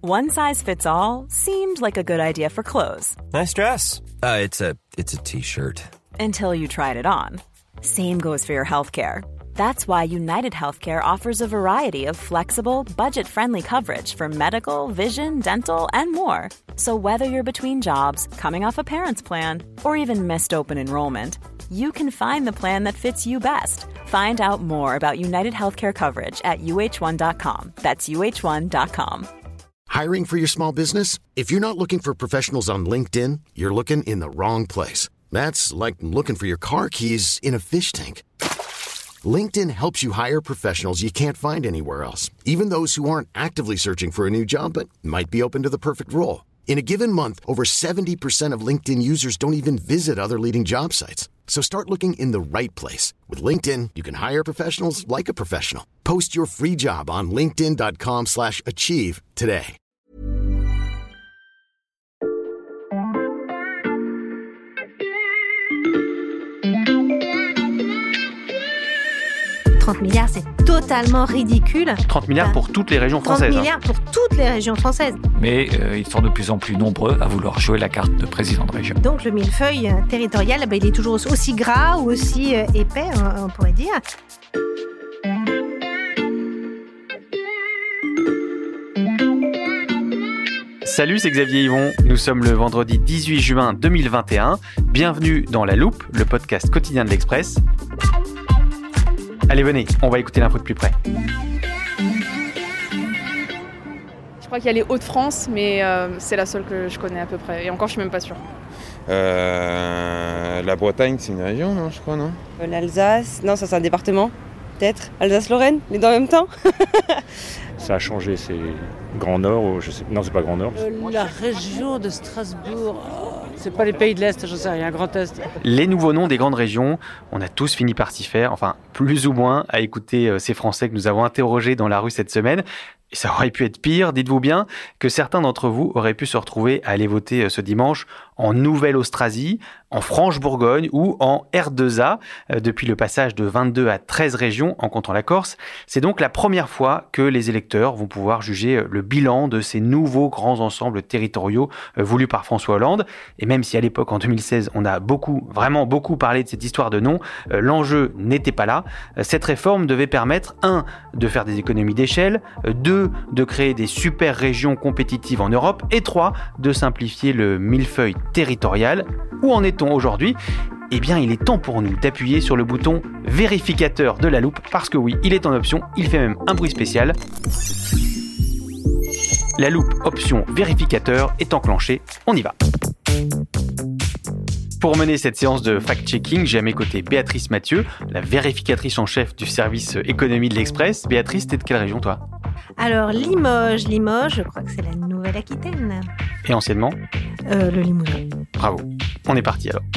One size fits all seemed like a good idea for clothes. Nice dress. It's a t-shirt. Until you tried it on. Same goes for your healthcare. That's why United Healthcare offers a variety of flexible, budget-friendly coverage for medical, vision, dental, and more. So whether you're between jobs, coming off a parent's plan, or even missed open enrollment, you can find the plan that fits you best. Find out more about United Healthcare coverage at uh1.com. That's uh1.com. Hiring for your small business? If you're not looking for professionals on LinkedIn, you're looking in the wrong place. That's like looking for your car keys in a fish tank. LinkedIn helps you hire professionals you can't find anywhere else, even those who aren't actively searching for a new job but might be open to the perfect role. In a given month, over 70% of LinkedIn users don't even visit other leading job sites. So start looking in the right place. With LinkedIn, you can hire professionals like a professional. Post your free job on linkedin.com/achieve today. « 30 milliards, c'est totalement ridicule. » 30 milliards pour toutes les régions françaises. 30 milliards pour toutes les régions françaises. Mais ils sont de plus en plus nombreux à vouloir jouer la carte de président de région. Donc le millefeuille territorial, il est toujours aussi gras ou aussi épais, on pourrait dire. Salut, c'est Xavier Yvon. Nous sommes le vendredi 18 juin 2021. Bienvenue dans La Loupe, le podcast quotidien de l'Express. Allez, venez, on va écouter l'info de plus près. Je crois qu'il y a les Hauts-de-France, mais c'est la seule que je connais à peu près. Et encore, je suis même pas sûre. La Bretagne, c'est une région, non, je crois, non ? L'Alsace, non, ça c'est un département, peut-être. Alsace-Lorraine, les deux en même temps. Ça a changé, c'est Grand Nord ou je sais non, c'est pas Grand Nord. La région de Strasbourg, c'est pas les pays de l'Est, je sais rien, Grand Est. Les nouveaux noms des grandes régions, on a tous fini par s'y faire, enfin plus ou moins, à écouter ces Français que nous avons interrogés dans la rue cette semaine. Et ça aurait pu être pire, dites-vous bien, que certains d'entre vous auraient pu se retrouver à aller voter ce dimanche en Nouvelle-Austrasie, en Franche-Bourgogne ou en R2A, depuis le passage de 22 à 13 régions en comptant la Corse. C'est donc la première fois que les électeurs vont pouvoir juger le bilan de ces nouveaux grands ensembles territoriaux voulus par François Hollande. Et même si à l'époque, en 2016, on a vraiment beaucoup parlé de cette histoire de nom, l'enjeu n'était pas là. Cette réforme devait permettre, 1, de faire des économies d'échelle, 2, de créer des super régions compétitives en Europe, et 3, de simplifier le millefeuille territorial. Où en est-on aujourd'hui ? Eh bien, il est temps pour nous d'appuyer sur le bouton vérificateur de La Loupe, parce que oui, il est en option, il fait même un bruit spécial. La loupe option vérificateur est enclenchée, on y va. Pour mener cette séance de fact-checking, j'ai à mes côtés Béatrice Mathieu, la vérificatrice en chef du service économie de l'Express. Béatrice, t'es de quelle région, toi ? Alors, Limoges, je crois que c'est la Nouvelle-Aquitaine. Et anciennement ? Le Limousin. Bravo, on est parti alors.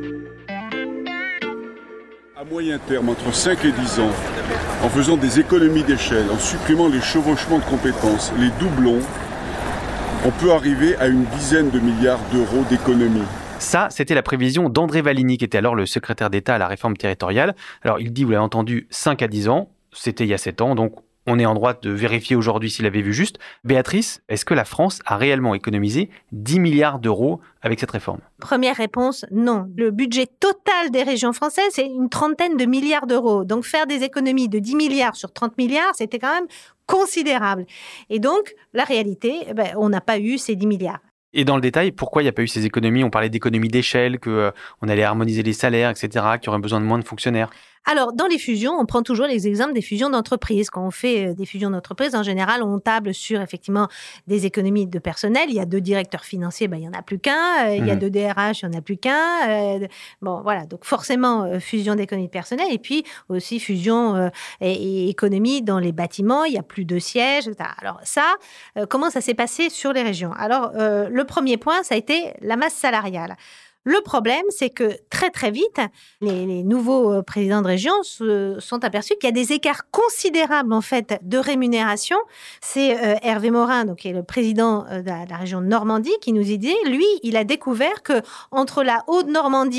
À moyen terme, entre 5 et 10 ans, en faisant des économies d'échelle, en supprimant les chevauchements de compétences, les doublons, on peut arriver à une dizaine de milliards d'euros d'économies. Ça, c'était la prévision d'André Valigny, qui était alors le secrétaire d'État à la réforme territoriale. Alors, il dit, vous l'avez entendu, 5 à 10 ans. C'était il y a 7 ans, donc on est en droit de vérifier aujourd'hui s'il avait vu juste. Béatrice, est-ce que la France a réellement économisé 10 milliards d'euros avec cette réforme ? Première réponse, non. Le budget total des régions françaises, c'est une trentaine de milliards d'euros. Donc, faire des économies de 10 milliards sur 30 milliards, c'était quand même considérable. Et donc, la réalité, on n'a pas eu ces 10 milliards. Et dans le détail, pourquoi il n'y a pas eu ces économies ? On parlait d'économies d'échelle, qu'on allait harmoniser les salaires, etc., qu'il y aurait besoin de moins de fonctionnaires. Alors, dans les fusions, on prend toujours les exemples des fusions d'entreprises. Quand on fait des fusions d'entreprises, en général, on table sur effectivement des économies de personnel. Il y a 2 directeurs financiers, il n'y en a plus qu'un. Il y a 2 DRH, il n'y en a plus qu'un. Bon, voilà. Donc, forcément, fusion d'économies de personnel. Et puis, aussi fusion et économie dans les bâtiments. Il n'y a plus de sièges, etc. Alors, ça, comment ça s'est passé sur les régions ? Alors, le premier point, ça a été la masse salariale. Le problème, c'est que très, très vite, les nouveaux présidents de région se sont aperçus qu'il y a des écarts considérables, en fait, de rémunération. C'est Hervé Morin, donc, qui est le président de la région de Normandie, qui nous dit, lui, il a découvert que entre la Haute-Normandie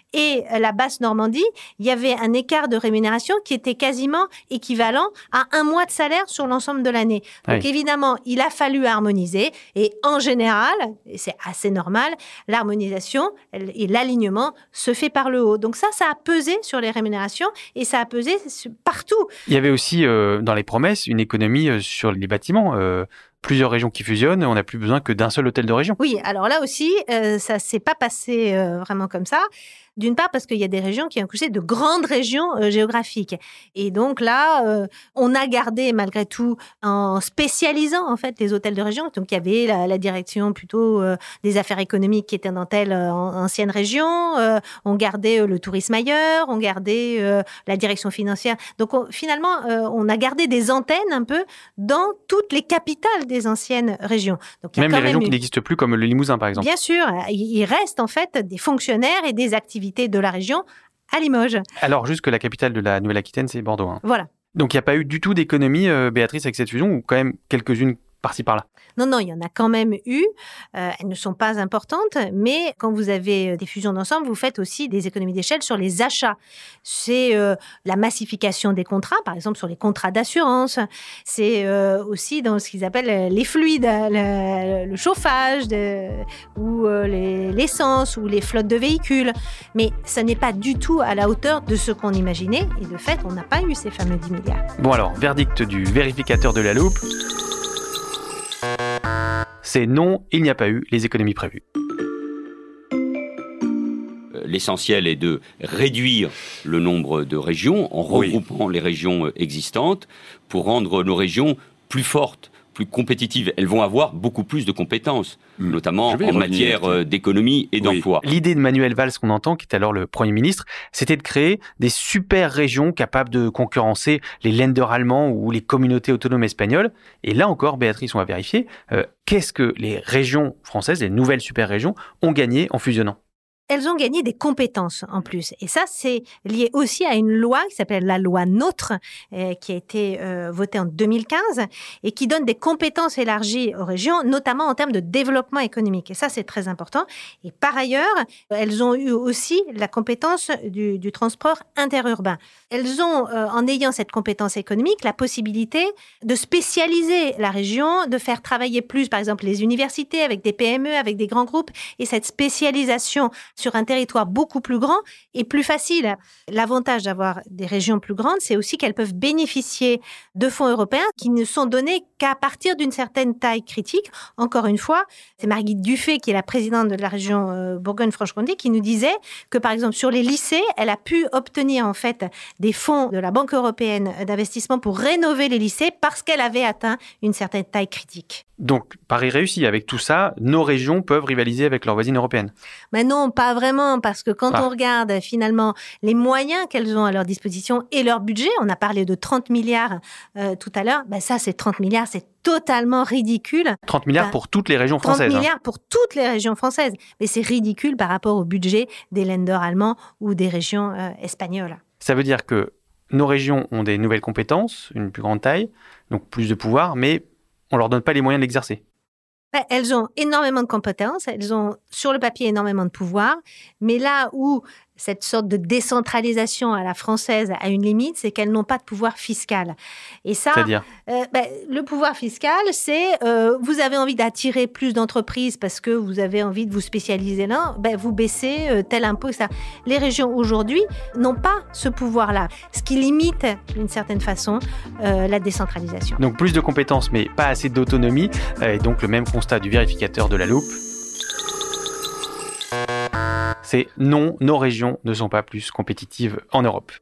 et la Basse-Normandie, il y avait un écart de rémunération qui était quasiment équivalent à 1 mois de salaire sur l'ensemble de l'année. Donc évidemment, il a fallu harmoniser et en général, et c'est assez normal, l'harmonisation et l'alignement se fait par le haut. Donc ça a pesé sur les rémunérations et ça a pesé partout. Il y avait aussi dans les promesses une économie sur les bâtiments. Plusieurs régions qui fusionnent, on n'a plus besoin que d'un seul hôtel de région. Oui, alors là aussi, ça ne s'est pas passé vraiment comme ça. D'une part, parce qu'il y a des régions qui ont accouché de grandes régions géographiques. Et donc là, on a gardé malgré tout, en spécialisant en fait les hôtels de région. Donc il y avait la direction plutôt des affaires économiques qui était dans telle ancienne région. On gardait le tourisme ailleurs, on gardait la direction financière. Donc finalement, on a gardé des antennes un peu dans toutes les capitales des anciennes régions. Donc, même les régions qui n'existent plus, comme le Limousin par exemple. Bien sûr, il reste en fait des fonctionnaires et des activités de la région à Limoges. Alors, juste que la capitale de la Nouvelle-Aquitaine, c'est Bordeaux. Hein. Voilà. Donc, il n'y a pas eu du tout d'économie, Béatrice, avec cette fusion, ou quand même quelques-unes par-ci par-là? Non, il y en a quand même eu. Elles ne sont pas importantes, mais quand vous avez des fusions d'ensemble, vous faites aussi des économies d'échelle sur les achats. C'est la massification des contrats, par exemple sur les contrats d'assurance. C'est aussi dans ce qu'ils appellent les fluides, le chauffage ou l'essence ou les flottes de véhicules. Mais ça n'est pas du tout à la hauteur de ce qu'on imaginait. Et de fait, on n'a pas eu ces fameux 10 milliards. Bon alors, verdict du vérificateur de la loupe. C'est non, il n'y a pas eu les économies prévues. L'essentiel est de réduire le nombre de régions en regroupant les régions existantes pour rendre nos régions plus fortes, plus compétitives. Elles vont avoir beaucoup plus de compétences, notamment en matière d'économie et d'emploi. L'idée de Manuel Valls, qu'on entend, qui est alors le Premier ministre, c'était de créer des super régions capables de concurrencer les Länder allemands ou les communautés autonomes espagnoles. Et là encore, Béatrice, on va vérifier, qu'est-ce que les régions françaises, les nouvelles super régions, ont gagné en fusionnant? Elles ont gagné des compétences en plus. Et ça, c'est lié aussi à une loi qui s'appelle la loi NOTRe, qui a été votée en 2015 et qui donne des compétences élargies aux régions, notamment en termes de développement économique. Et ça, c'est très important. Et par ailleurs, elles ont eu aussi la compétence du transport interurbain. Elles ont, en ayant cette compétence économique, la possibilité de spécialiser la région, de faire travailler plus, par exemple, les universités avec des PME, avec des grands groupes. Et cette spécialisation sur un territoire beaucoup plus grand et plus facile. L'avantage d'avoir des régions plus grandes, c'est aussi qu'elles peuvent bénéficier de fonds européens qui ne sont donnés qu'à partir d'une certaine taille critique. Encore une fois, c'est Margit Dufay, qui est la présidente de la région Bourgogne-Franche-Comté, qui nous disait que, par exemple, sur les lycées, elle a pu obtenir en fait des fonds de la Banque européenne d'investissement pour rénover les lycées parce qu'elle avait atteint une certaine taille critique. Donc, Paris réussit. Avec tout ça, nos régions peuvent rivaliser avec leurs voisines européennes. Mais non, pas vraiment, parce que quand on regarde finalement les moyens qu'elles ont à leur disposition et leur budget, on a parlé de 30 milliards tout à l'heure, ça, c'est 30 milliards, c'est totalement ridicule. 30 milliards pour toutes les régions françaises. 30 milliards pour toutes les régions françaises. Mais c'est ridicule par rapport au budget des Länder allemands ou des régions espagnoles. Ça veut dire que nos régions ont des nouvelles compétences, une plus grande taille, donc plus de pouvoir, mais on ne leur donne pas les moyens de l'exercer. Elles ont énormément de compétences, elles ont sur le papier énormément de pouvoir, mais là où cette sorte de décentralisation à la française a une limite, c'est qu'elles n'ont pas de pouvoir fiscal. Et ça, c'est-à-dire le pouvoir fiscal, c'est vous avez envie d'attirer plus d'entreprises parce que vous avez envie de vous spécialiser là, vous baissez tel impôt, ça. Les régions aujourd'hui n'ont pas ce pouvoir-là, ce qui limite d'une certaine façon la décentralisation. Donc plus de compétences, mais pas assez d'autonomie, et donc le même constat du vérificateur de la loupe. C'est non, nos régions ne sont pas plus compétitives en Europe.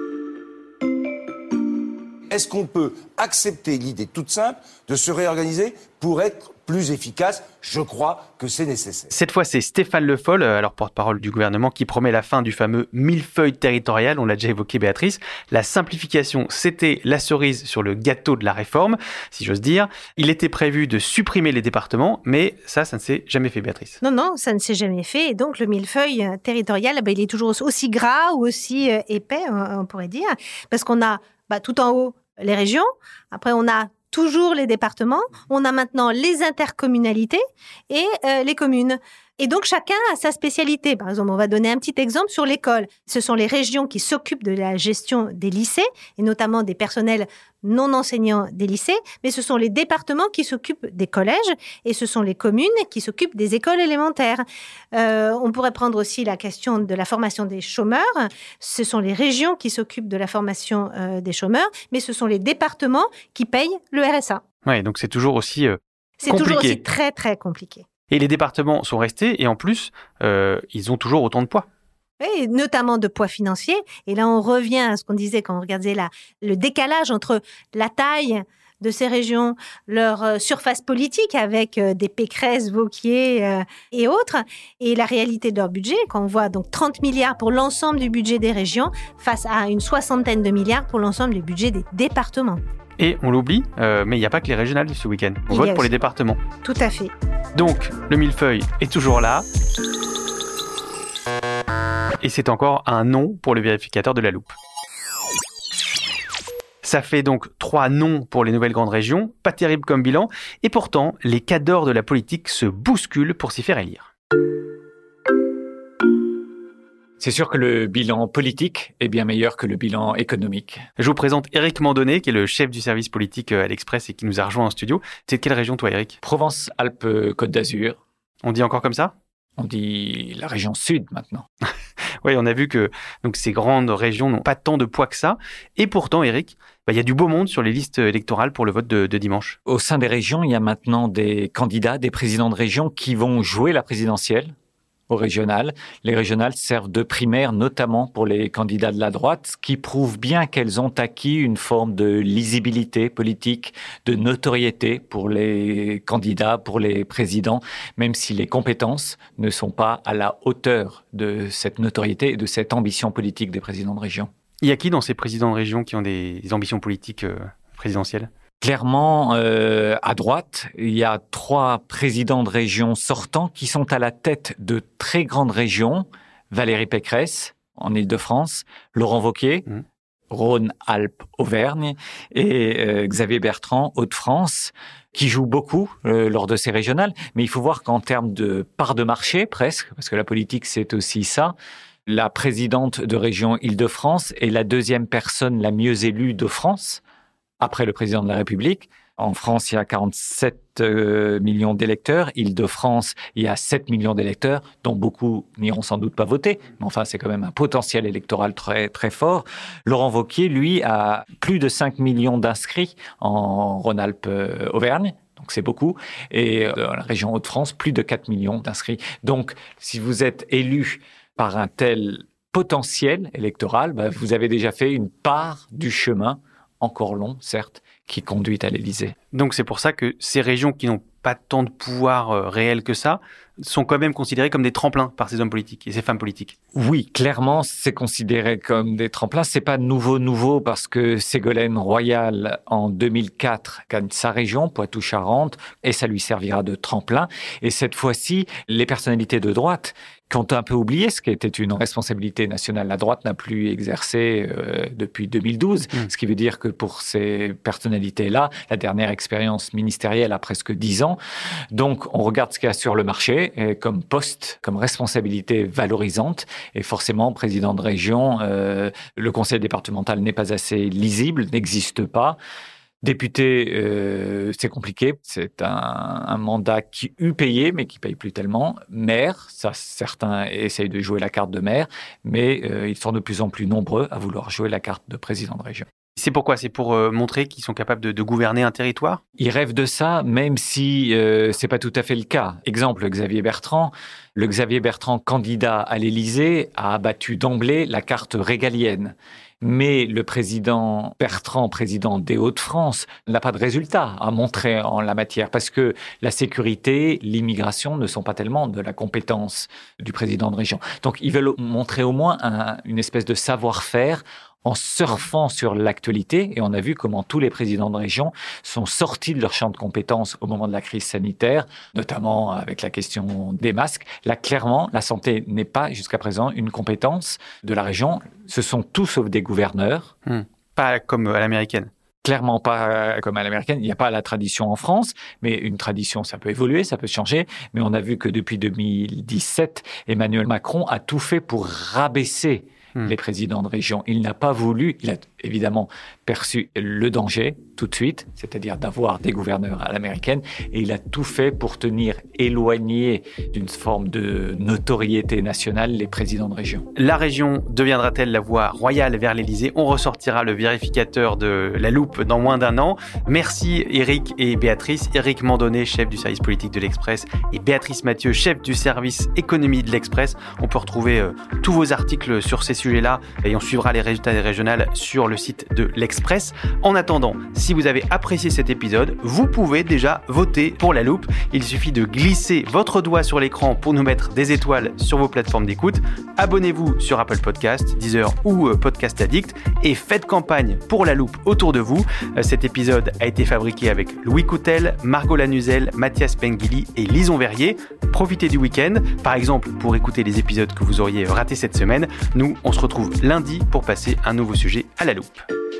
Est-ce qu'on peut accepter l'idée toute simple de se réorganiser pour être plus efficace? Je crois que c'est nécessaire. Cette fois, c'est Stéphane Le Foll, alors porte-parole du gouvernement, qui promet la fin du fameux millefeuille territorial. On l'a déjà évoqué, Béatrice. La simplification, c'était la cerise sur le gâteau de la réforme, si j'ose dire. Il était prévu de supprimer les départements, mais ça ne s'est jamais fait, Béatrice. Non, ça ne s'est jamais fait. Et donc, le millefeuille territorial, il est toujours aussi gras ou aussi épais, on pourrait dire, parce qu'on a tout en haut les régions, après on a toujours les départements, on a maintenant les intercommunalités et les communes. Et donc, chacun a sa spécialité. Par exemple, on va donner un petit exemple sur l'école. Ce sont les régions qui s'occupent de la gestion des lycées, et notamment des personnels non enseignants des lycées, mais ce sont les départements qui s'occupent des collèges, et ce sont les communes qui s'occupent des écoles élémentaires. On pourrait prendre aussi la question de la formation des chômeurs. Ce sont les régions qui s'occupent de la formation des chômeurs, mais ce sont les départements qui payent le RSA. Oui, donc c'est toujours aussi C'est compliqué. toujours aussi très, très compliqué. Et les départements sont restés, et en plus, ils ont toujours autant de poids. Et notamment de poids financier. Et là, on revient à ce qu'on disait quand on regardait le décalage entre la taille de ces régions, leur surface politique avec des Pécresse, Wauquiez et autres, et la réalité de leur budget, quand on voit donc 30 milliards pour l'ensemble du budget des régions face à une 60aine de milliards pour l'ensemble du budget des départements. Et on l'oublie, mais il n'y a pas que les régionales ce week-end. On vote pour les départements. Tout à fait. Donc, le millefeuille est toujours là. Et c'est encore un non pour le vérificateur de la loupe. Ça fait donc 3 non pour les nouvelles grandes régions, pas terrible comme bilan, et pourtant, les cadors de la politique se bousculent pour s'y faire élire. C'est sûr que le bilan politique est bien meilleur que le bilan économique. Je vous présente Éric Mandonnet, qui est le chef du service politique à l'Express et qui nous a rejoint en studio. C'est de quelle région, toi, Éric ? Provence-Alpes-Côte d'Azur. On dit encore comme ça ? On dit la région sud maintenant. Oui, on a vu que donc, ces grandes régions n'ont pas tant de poids que ça. Et pourtant, Éric, il y a du beau monde sur les listes électorales pour le vote de dimanche. Au sein des régions, il y a maintenant des candidats, des présidents de région qui vont jouer la présidentielle au régional. Les régionales servent de primaire, notamment pour les candidats de la droite, ce qui prouve bien qu'elles ont acquis une forme de lisibilité politique, de notoriété pour les candidats, pour les présidents, même si les compétences ne sont pas à la hauteur de cette notoriété et de cette ambition politique des présidents de région. Il y a qui dans ces présidents de région qui ont des ambitions politiques présidentielles ? Clairement, à droite, il y a 3 présidents de région sortants qui sont à la tête de très grandes régions. Valérie Pécresse, en Île-de-France, Laurent Wauquiez, Rhône-Alpes-Auvergne, et Xavier Bertrand, Hauts-de-France, qui jouent beaucoup lors de ces régionales. Mais il faut voir qu'en termes de part de marché, presque, parce que la politique, c'est aussi ça, la présidente de région Île-de-France est la 2e personne la mieux élue de France, après le président de la République. En France, il y a 47 millions d'électeurs. Île-de-France, il y a 7 millions d'électeurs, dont beaucoup n'iront sans doute pas voter. Mais enfin, c'est quand même un potentiel électoral très, très fort. Laurent Wauquiez, lui, a plus de 5 millions d'inscrits en Rhône-Alpes-Auvergne. Donc, c'est beaucoup. Et dans la région Hauts-de-France, plus de 4 millions d'inscrits. Donc, si vous êtes élu par un tel potentiel électoral, vous avez déjà fait une part du chemin, encore long, certes, qui conduit à l'Élysée. Donc c'est pour ça que ces régions qui n'ont pas tant de pouvoir réel que ça sont quand même considérées comme des tremplins par ces hommes politiques et ces femmes politiques. Oui, clairement, c'est considéré comme des tremplins. C'est pas nouveau parce que Ségolène Royal, en 2004, gagne sa région, Poitou-Charentes, et ça lui servira de tremplin. Et cette fois-ci, les personnalités de droite qui ont un peu oublié ce qui était une responsabilité nationale. La droite n'a plus exercé depuis 2012, ce qui veut dire que pour ces personnalités-là, la dernière expérience ministérielle a presque 10 ans. Donc, on regarde ce qu'il y a sur le marché comme poste, comme responsabilité valorisante. Et forcément, président de région, le conseil départemental n'est pas assez lisible, n'existe pas. Député, c'est compliqué. C'est un mandat qui eût payé, mais qui paye plus tellement. Maire, ça, certains essayent de jouer la carte de maire, mais ils sont de plus en plus nombreux à vouloir jouer la carte de président de région. C'est pourquoi ? C'est pour montrer qu'ils sont capables de gouverner un territoire ? Ils rêvent de ça, même si c'est pas tout à fait le cas. Exemple, Xavier Bertrand. Le Xavier Bertrand, candidat à l'Élysée, a abattu d'emblée la carte régalienne. Mais le président Bertrand, président des Hauts-de-France, n'a pas de résultat à montrer en la matière parce que la sécurité, l'immigration ne sont pas tellement de la compétence du président de région. Donc, ils veulent montrer au moins une espèce de savoir-faire en surfant sur l'actualité. Et on a vu comment tous les présidents de région sont sortis de leur champ de compétences au moment de la crise sanitaire, notamment avec la question des masques. Là, clairement, la santé n'est pas, jusqu'à présent, une compétence de la région. Ce sont tout sauf des gouverneurs. Pas comme à l'américaine. clairement pas comme à l'américaine. Il n'y a pas la tradition en France, mais une tradition, ça peut évoluer, ça peut changer. Mais on a vu que depuis 2017, Emmanuel Macron a tout fait pour rabaisser les présidents de région. Il n'a pas voulu, il a évidemment perçu le danger tout de suite, c'est-à-dire d'avoir des gouverneurs à l'américaine, et il a tout fait pour tenir éloignés d'une forme de notoriété nationale les présidents de région. La région deviendra-t-elle la voie royale vers l'Élysée ? On ressortira le vérificateur de la loupe dans moins d'un an. Merci Éric et Béatrice. Éric Mandonnet, chef du service politique de l'Express, et Béatrice Mathieu, chef du service économie de l'Express. On peut retrouver tous vos articles sur ces sujets-là et on suivra les résultats des régionales sur le site de l'Express. En attendant, si vous avez apprécié cet épisode, vous pouvez déjà voter pour la loupe. Il suffit de glisser votre doigt sur l'écran pour nous mettre des étoiles sur vos plateformes d'écoute. Abonnez-vous sur Apple Podcasts, Deezer ou Podcast Addict et faites campagne pour la loupe autour de vous. Cet épisode a été fabriqué avec Louis Coutel, Margot Lanuzel, Mathias Pengili et Lison Verrier. Profitez du week-end, par exemple pour écouter les épisodes que vous auriez ratés cette semaine. Nous, on se retrouve lundi pour passer un nouveau sujet à la loupe.